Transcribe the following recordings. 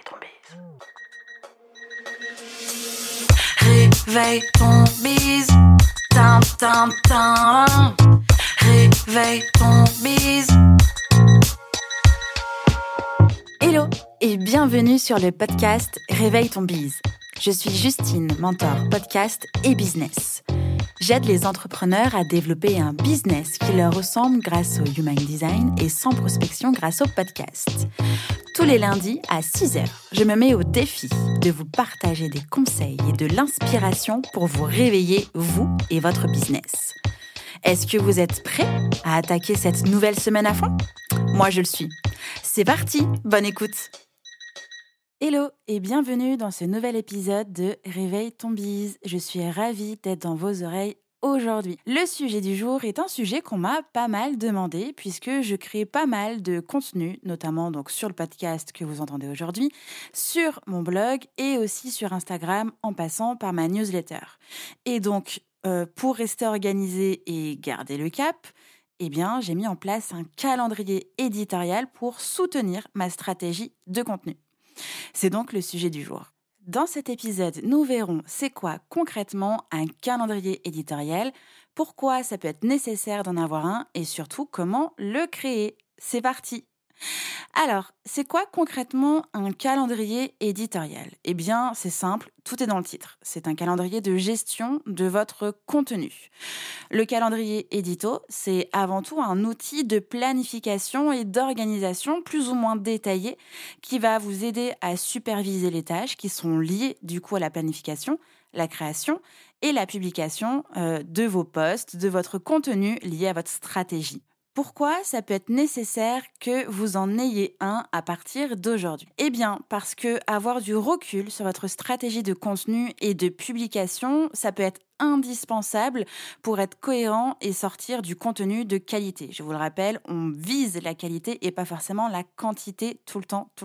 ton bise. Réveille ton bise. Tin, tin, tin. Réveille ton bise. Hello et bienvenue sur le podcast Réveille ton bise. Je suis Justine, mentor podcast et business. J'aide les entrepreneurs à développer un business qui leur ressemble grâce au Human Design et sans prospection grâce au podcast. Tous les lundis à 6h, je me mets au défi de vous partager des conseils et de l'inspiration pour vous réveiller, vous et votre business. Est-ce que vous êtes prêts à attaquer cette nouvelle semaine à fond ? Moi, je le suis. C'est parti, bonne écoute. Hello et bienvenue dans ce nouvel épisode de Réveille ton bise. Je suis ravie d'être dans vos oreilles aujourd'hui. Le sujet du jour est un sujet qu'on m'a pas mal demandé puisque je crée pas mal de contenu, notamment donc sur le podcast que vous entendez aujourd'hui, sur mon blog et aussi sur Instagram en passant par ma newsletter. Et donc, pour rester organisé et garder le cap, eh bien, j'ai mis en place un calendrier éditorial pour soutenir ma stratégie de contenu. C'est donc le sujet du jour. Dans cet épisode, nous verrons c'est quoi concrètement un calendrier éditorial, pourquoi ça peut être nécessaire d'en avoir un et surtout comment le créer. C'est parti! Alors, c'est quoi concrètement un calendrier éditorial ? Eh bien, c'est simple, tout est dans le titre. C'est un calendrier de gestion de votre contenu. Le calendrier édito, c'est avant tout un outil de planification et d'organisation plus ou moins détaillé qui va vous aider à superviser les tâches qui sont liées du coup à la planification, la création et la publication de vos posts, de votre contenu lié à votre stratégie. Pourquoi ça peut être nécessaire que vous en ayez un à partir d'aujourd'hui ? Eh bien, parce que avoir du recul sur votre stratégie de contenu et de publication, ça peut être indispensable pour être cohérent et sortir du contenu de qualité. Je vous le rappelle, on vise la qualité et pas forcément la quantité tout le temps.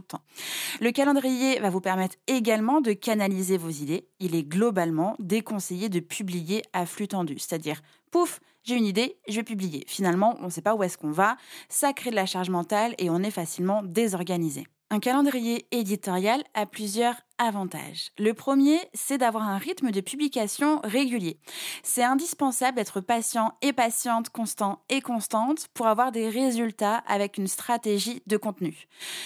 Le calendrier va vous permettre également de canaliser vos idées. Il est globalement déconseillé de publier à flux tendu, c'est-à-dire pouf, j'ai une idée, je vais publier. Finalement, on ne sait pas où est-ce qu'on va, ça crée de la charge mentale et on est facilement désorganisé. Un calendrier éditorial a plusieurs avantages. Le premier, c'est d'avoir un rythme de publication régulier. C'est indispensable d'être patient et patiente, constant et constante pour avoir des résultats avec une stratégie de contenu.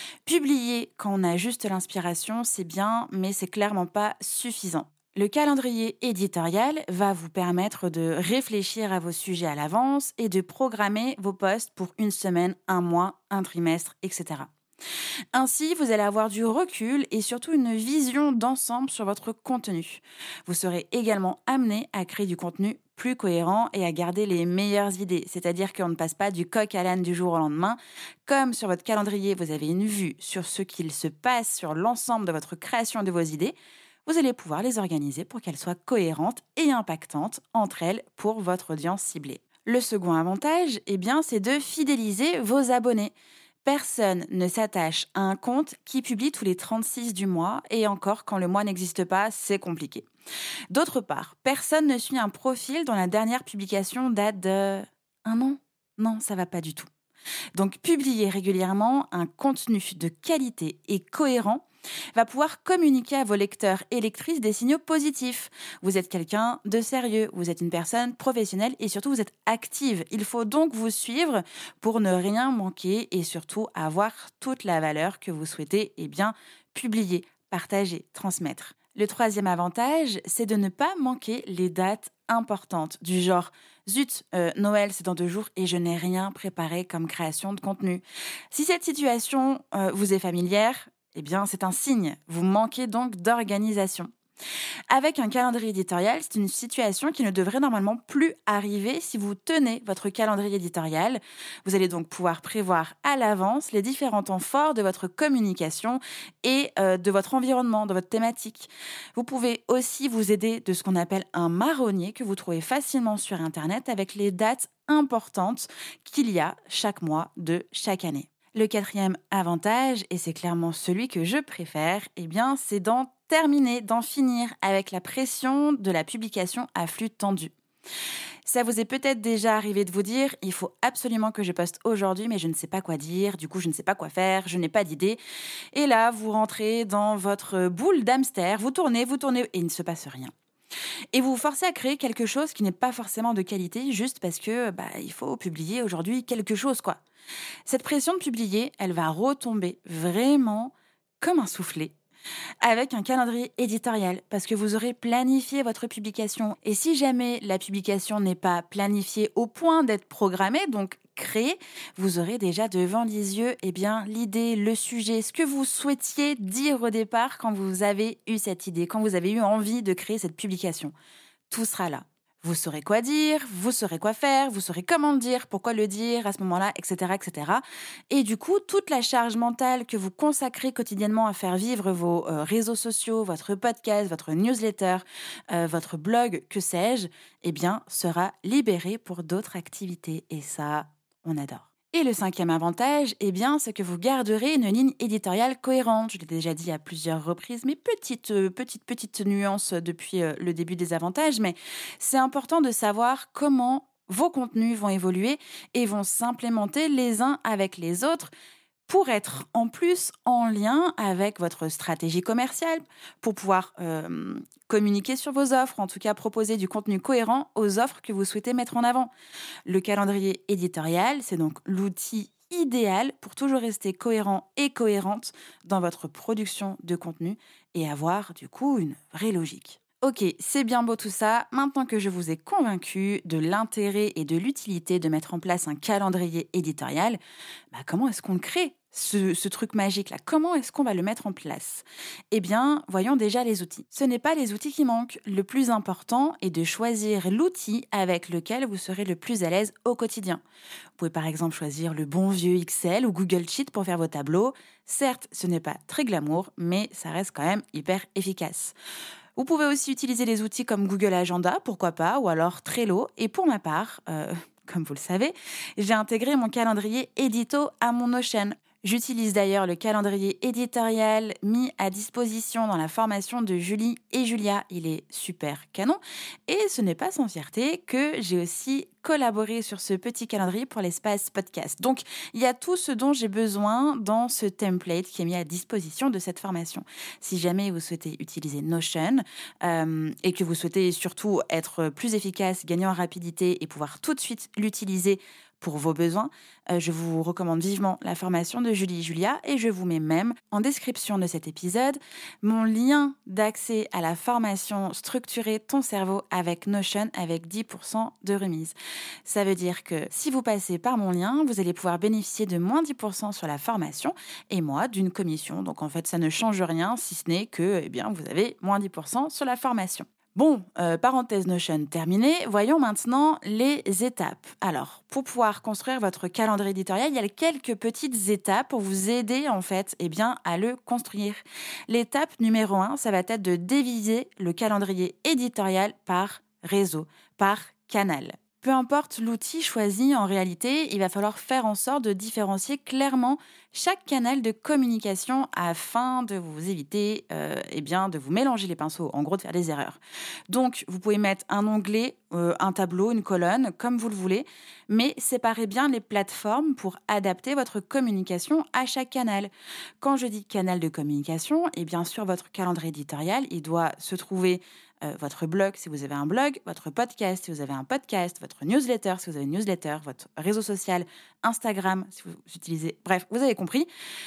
Publier quand on a juste l'inspiration, c'est bien, mais c'est clairement pas suffisant. Le calendrier éditorial va vous permettre de réfléchir à vos sujets à l'avance et de programmer vos posts pour une semaine, un mois, un trimestre, etc. Ainsi, vous allez avoir du recul et surtout une vision d'ensemble sur votre contenu. Vous serez également amené à créer du contenu plus cohérent et à garder les meilleures idées, c'est-à-dire qu'on ne passe pas du coq à l'âne du jour au lendemain. Comme sur votre calendrier, vous avez une vue sur ce qu'il se passe sur l'ensemble de votre création de vos idées, vous allez pouvoir les organiser pour qu'elles soient cohérentes et impactantes entre elles pour votre audience ciblée. Le second avantage, c'est de fidéliser vos abonnés. Personne ne s'attache à un compte qui publie tous les 36 du mois et encore quand le mois n'existe pas, c'est compliqué. D'autre part, personne ne suit un profil dont la dernière publication date de 1 an. Non, ça va pas du tout. Donc, publier régulièrement un contenu de qualité et cohérent va pouvoir communiquer à vos lecteurs et lectrices des signaux positifs. Vous êtes quelqu'un de sérieux, vous êtes une personne professionnelle et surtout vous êtes active. Il faut donc vous suivre pour ne rien manquer et surtout avoir toute la valeur que vous souhaitez publier, partager, transmettre. Le troisième avantage, c'est de ne pas manquer les dates importantes du genre « Zut, Noël c'est dans 2 jours et je n'ai rien préparé comme création de contenu ». Si cette situation vous est familière, c'est un signe. Vous manquez donc d'organisation. Avec un calendrier éditorial, c'est une situation qui ne devrait normalement plus arriver si vous tenez votre calendrier éditorial. Vous allez donc pouvoir prévoir à l'avance les différents temps forts de votre communication et de votre environnement, de votre thématique. Vous pouvez aussi vous aider de ce qu'on appelle un marronnier que vous trouvez facilement sur Internet avec les dates importantes qu'il y a chaque mois de chaque année. Le quatrième avantage, et c'est clairement celui que je préfère, c'est d'en finir avec la pression de la publication à flux tendu. Ça vous est peut-être déjà arrivé de vous dire « il faut absolument que je poste aujourd'hui, mais je ne sais pas quoi dire, du coup je ne sais pas quoi faire, je n'ai pas d'idée ». Et là, vous rentrez dans votre boule d'hamster, vous tournez et il ne se passe rien. Et vous vous forcez à créer quelque chose qui n'est pas forcément de qualité, juste parce que il faut publier aujourd'hui quelque chose, quoi. Cette pression de publier, elle va retomber vraiment comme un soufflet avec un calendrier éditorial, parce que vous aurez planifié votre publication. Et si jamais la publication n'est pas planifiée au point d'être programmée, donc créée, vous aurez déjà devant les yeux l'idée, le sujet, ce que vous souhaitiez dire au départ quand vous avez eu cette idée, quand vous avez eu envie de créer cette publication. Tout sera là. Vous saurez quoi dire, vous saurez quoi faire, vous saurez comment le dire, pourquoi le dire à ce moment-là, etc., etc. Et du coup, toute la charge mentale que vous consacrez quotidiennement à faire vivre vos réseaux sociaux, votre podcast, votre newsletter, votre blog, que sais-je, sera libérée pour d'autres activités. Et ça, on adore. Et le 5e avantage, c'est que vous garderez une ligne éditoriale cohérente. Je l'ai déjà dit à plusieurs reprises, mais petite nuance depuis le début des avantages, mais c'est important de savoir comment vos contenus vont évoluer et vont s'implémenter les uns avec les autres pour être en plus en lien avec votre stratégie commerciale, pour pouvoir communiquer sur vos offres, en tout cas proposer du contenu cohérent aux offres que vous souhaitez mettre en avant. Le calendrier éditorial, c'est donc l'outil idéal pour toujours rester cohérent et cohérente dans votre production de contenu et avoir du coup une vraie logique. Ok, c'est bien beau tout ça. Maintenant que je vous ai convaincu de l'intérêt et de l'utilité de mettre en place un calendrier éditorial, comment est-ce qu'on le crée, ce truc magique-là? Comment est-ce qu'on va le mettre en place? Voyons déjà les outils. Ce n'est pas les outils qui manquent. Le plus important est de choisir l'outil avec lequel vous serez le plus à l'aise au quotidien. Vous pouvez par exemple choisir le bon vieux Excel ou Google Sheet pour faire vos tableaux. Certes, ce n'est pas très glamour, mais ça reste quand même hyper efficace. Vous pouvez aussi utiliser les outils comme Google Agenda, pourquoi pas, ou alors Trello. Et pour ma part, comme vous le savez, j'ai intégré mon calendrier édito à mon Notion. J'utilise d'ailleurs le calendrier éditorial mis à disposition dans la formation de Julie et Julia. Il est super canon. Et ce n'est pas sans fierté que j'ai aussi collaboré sur ce petit calendrier pour l'espace podcast. Donc, il y a tout ce dont j'ai besoin dans ce template qui est mis à disposition de cette formation. Si jamais vous souhaitez utiliser Notion et que vous souhaitez surtout être plus efficace, gagner en rapidité et pouvoir tout de suite l'utiliser pour vos besoins, je vous recommande vivement la formation de Julie et Julia et je vous mets même en description de cet épisode mon lien d'accès à la formation Structurer ton cerveau avec Notion avec 10% de remise. Ça veut dire que si vous passez par mon lien, vous allez pouvoir bénéficier de moins 10% sur la formation et moi d'une commission. Donc en fait, ça ne change rien si ce n'est que vous avez moins 10% sur la formation. Bon, parenthèse Notion terminée, voyons maintenant les étapes. Alors, pour pouvoir construire votre calendrier éditorial, il y a quelques petites étapes pour vous aider en fait à le construire. L'étape numéro 1, ça va être de diviser le calendrier éditorial par réseau, par canal. Peu importe l'outil choisi, en réalité, il va falloir faire en sorte de différencier clairement chaque canal de communication afin de vous éviter de vous mélanger les pinceaux, en gros de faire des erreurs. Donc, vous pouvez mettre un onglet, un tableau, une colonne, comme vous le voulez, mais séparez bien les plateformes pour adapter votre communication à chaque canal. Quand je dis canal de communication, sur votre calendrier éditorial, il doit se trouver votre blog si vous avez un blog, votre podcast si vous avez un podcast, votre newsletter si vous avez une newsletter, votre réseau social, Instagram si vous utilisez... Bref, vous avez compris.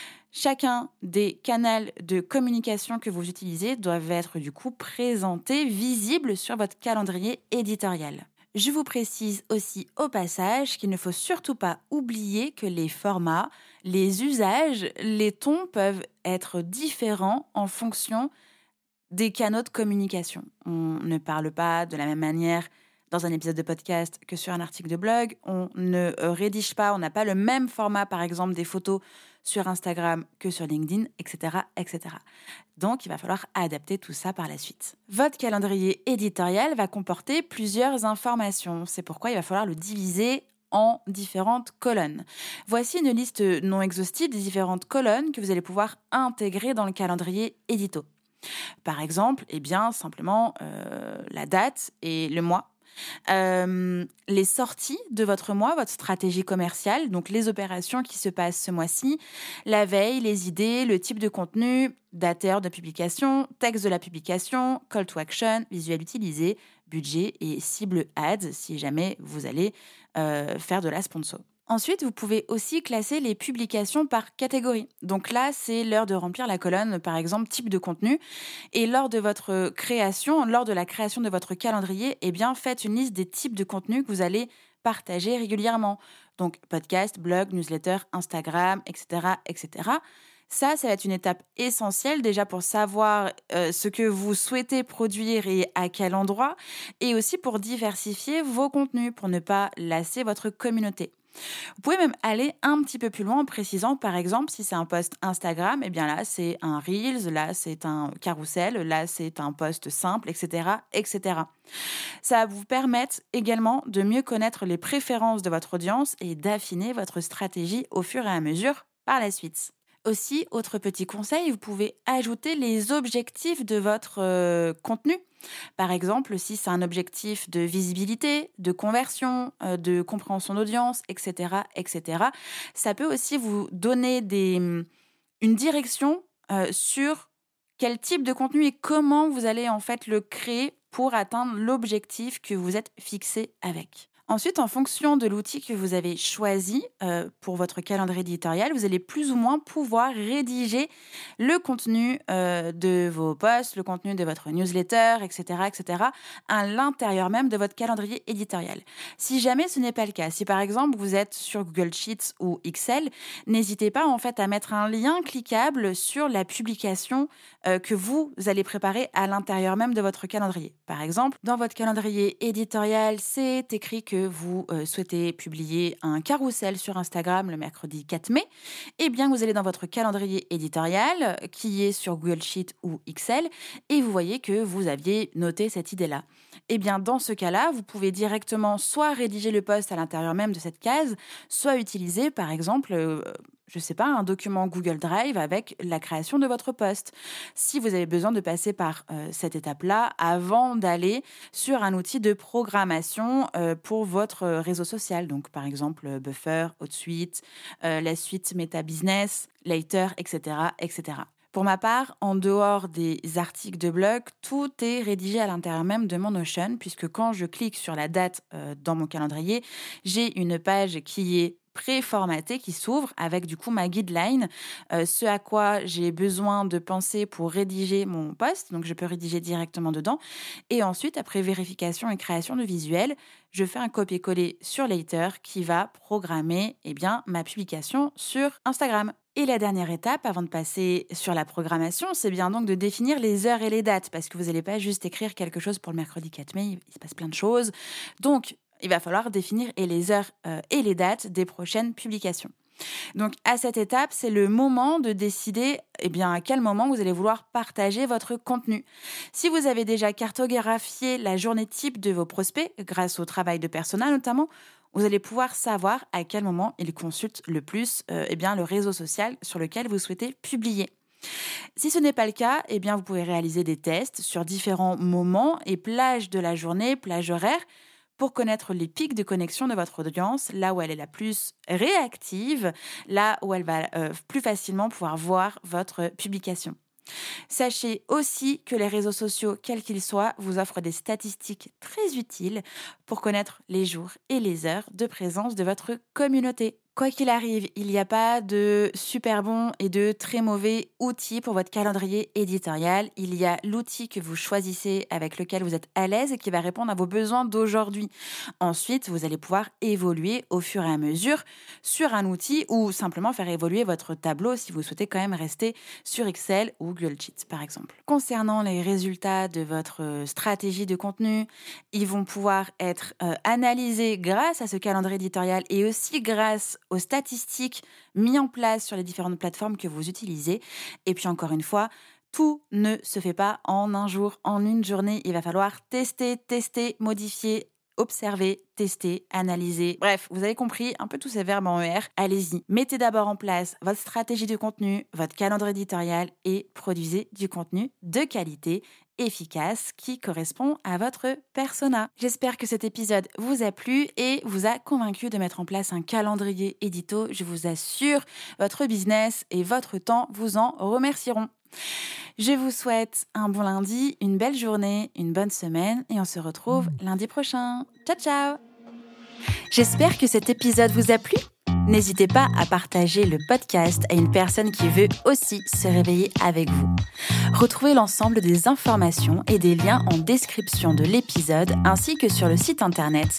Chacun des canaux de communication que vous utilisez doivent être du coup présentés, visibles sur votre calendrier éditorial. Je vous précise aussi au passage qu'il ne faut surtout pas oublier que les formats, les usages, les tons peuvent être différents en fonction des canaux de communication. On ne parle pas de la même manière dans un épisode de podcast que sur un article de blog. On ne rédige pas, on n'a pas le même format, par exemple, des photos sur Instagram que sur LinkedIn, etc., etc. Donc, il va falloir adapter tout ça par la suite. Votre calendrier éditorial va comporter plusieurs informations. C'est pourquoi il va falloir le diviser en différentes colonnes. Voici une liste non exhaustive des différentes colonnes que vous allez pouvoir intégrer dans le calendrier édito. Par exemple, simplement la date et le mois. les sorties de votre mois, votre stratégie commerciale, donc les opérations qui se passent ce mois-ci, la veille, les idées, le type de contenu, date et heure de publication, texte de la publication, call to action, visuel utilisé, budget et cible ads si jamais vous allez faire de la sponsor. Ensuite, vous pouvez aussi classer les publications par catégorie. Donc là, c'est l'heure de remplir la colonne, par exemple, type de contenu. Et lors de votre création, lors de la création de votre calendrier, eh bien, faites une liste des types de contenus que vous allez partager régulièrement. Donc, podcast, blog, newsletter, Instagram, etc., etc. Ça va être une étape essentielle déjà pour savoir ce que vous souhaitez produire et à quel endroit, et aussi pour diversifier vos contenus, pour ne pas lasser votre communauté. Vous pouvez même aller un petit peu plus loin en précisant, par exemple, si c'est un post Instagram, eh bien là, c'est un Reels, là, c'est un carrousel, là, c'est un post simple, etc., etc. Ça va vous permettre également de mieux connaître les préférences de votre audience et d'affiner votre stratégie au fur et à mesure par la suite. Aussi, autre petit conseil, vous pouvez ajouter les objectifs de votre contenu. Par exemple, si c'est un objectif de visibilité, de conversion, de compréhension d'audience, etc., etc., ça peut aussi vous donner une direction sur quel type de contenu et comment vous allez en fait le créer pour atteindre l'objectif que vous êtes fixé avec. Ensuite, en fonction de l'outil que vous avez choisi pour votre calendrier éditorial, vous allez plus ou moins pouvoir rédiger le contenu de vos posts, le contenu de votre newsletter, etc., etc., à l'intérieur même de votre calendrier éditorial. Si jamais ce n'est pas le cas, si par exemple vous êtes sur Google Sheets ou Excel, n'hésitez pas en fait à mettre un lien cliquable sur la publication que vous allez préparer à l'intérieur même de votre calendrier. Par exemple, dans votre calendrier éditorial, c'est écrit que vous souhaitez publier un carrousel sur Instagram le mercredi 4 mai, eh bien vous allez dans votre calendrier éditorial qui est sur Google Sheet ou Excel et vous voyez que vous aviez noté cette idée-là. Eh bien dans ce cas-là, vous pouvez directement soit rédiger le post à l'intérieur même de cette case, soit utiliser par exemple un document Google Drive avec la création de votre post. Si vous avez besoin de passer par cette étape-là avant d'aller sur un outil de programmation pour votre réseau social, donc par exemple Buffer, HotSuite, la suite Meta Business, Later, etc., etc. Pour ma part, en dehors des articles de blog, tout est rédigé à l'intérieur même de mon Notion, puisque quand je clique sur la date dans mon calendrier, j'ai une page qui est préformatée qui s'ouvre avec du coup ma guideline, ce à quoi j'ai besoin de penser pour rédiger mon post, donc je peux rédiger directement dedans. Et ensuite, après vérification et création de visuels, je fais un copier-coller sur Later qui va programmer ma publication sur Instagram. Et la dernière étape, avant de passer sur la programmation, c'est bien donc de définir les heures et les dates, parce que vous n'allez pas juste écrire quelque chose pour le mercredi 4 mai, il se passe plein de choses. Donc, il va falloir définir les heures et les dates des prochaines publications. Donc, à cette étape, c'est le moment de décider à quel moment vous allez vouloir partager votre contenu. Si vous avez déjà cartographié la journée type de vos prospects, grâce au travail de persona notamment, vous allez pouvoir savoir à quel moment ils consultent le plus le réseau social sur lequel vous souhaitez publier. Si ce n'est pas le cas, vous pouvez réaliser des tests sur différents moments et plages de la journée, plages horaires, pour connaître les pics de connexion de votre audience, là où elle est la plus réactive, là où elle va plus facilement pouvoir voir votre publication. Sachez aussi que les réseaux sociaux, quels qu'ils soient, vous offrent des statistiques très utiles pour connaître les jours et les heures de présence de votre communauté. Quoi qu'il arrive, il n'y a pas de super bon et de très mauvais outils pour votre calendrier éditorial. Il y a l'outil que vous choisissez avec lequel vous êtes à l'aise et qui va répondre à vos besoins d'aujourd'hui. Ensuite, vous allez pouvoir évoluer au fur et à mesure sur un outil ou simplement faire évoluer votre tableau si vous souhaitez quand même rester sur Excel ou Google Sheets, par exemple. Concernant les résultats de votre stratégie de contenu, ils vont pouvoir être analysés grâce à ce calendrier éditorial et aussi grâce aux statistiques mises en place sur les différentes plateformes que vous utilisez. Et puis encore une fois, tout ne se fait pas en un jour, en une journée. Il va falloir tester, modifier, Observer, tester, analyser. Bref, vous avez compris, un peu tous ces verbes en ER. Allez-y, mettez d'abord en place votre stratégie de contenu, votre calendrier éditorial et produisez du contenu de qualité, efficace, qui correspond à votre persona. J'espère que cet épisode vous a plu et vous a convaincu de mettre en place un calendrier édito. Je vous assure, votre business et votre temps vous en remercieront. Je vous souhaite un bon lundi, une belle journée, une bonne semaine et on se retrouve lundi prochain. Ciao, ciao! J'espère que cet épisode vous a plu. N'hésitez pas à partager le podcast à une personne qui veut aussi se réveiller avec vous. Retrouvez l'ensemble des informations et des liens en description de l'épisode ainsi que sur le site internet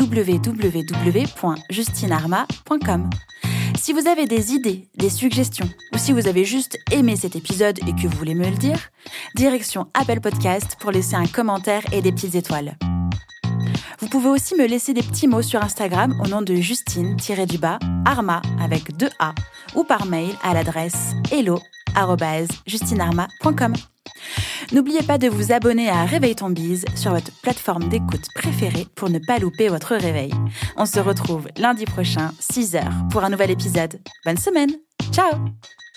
www.justinarma.com. Si vous avez des idées, des suggestions ou si vous avez juste aimé cet épisode et que vous voulez me le dire, direction Apple Podcast pour laisser un commentaire et des petites étoiles. Vous pouvez aussi me laisser des petits mots sur Instagram au nom de Justine-Arma avec 2 A ou par mail à l'adresse hello@justinarma.com. N'oubliez pas de vous abonner à Réveille ton bise sur votre plateforme d'écoute préférée pour ne pas louper votre réveil. On se retrouve lundi prochain, 6h, pour un nouvel épisode. Bonne semaine. Ciao!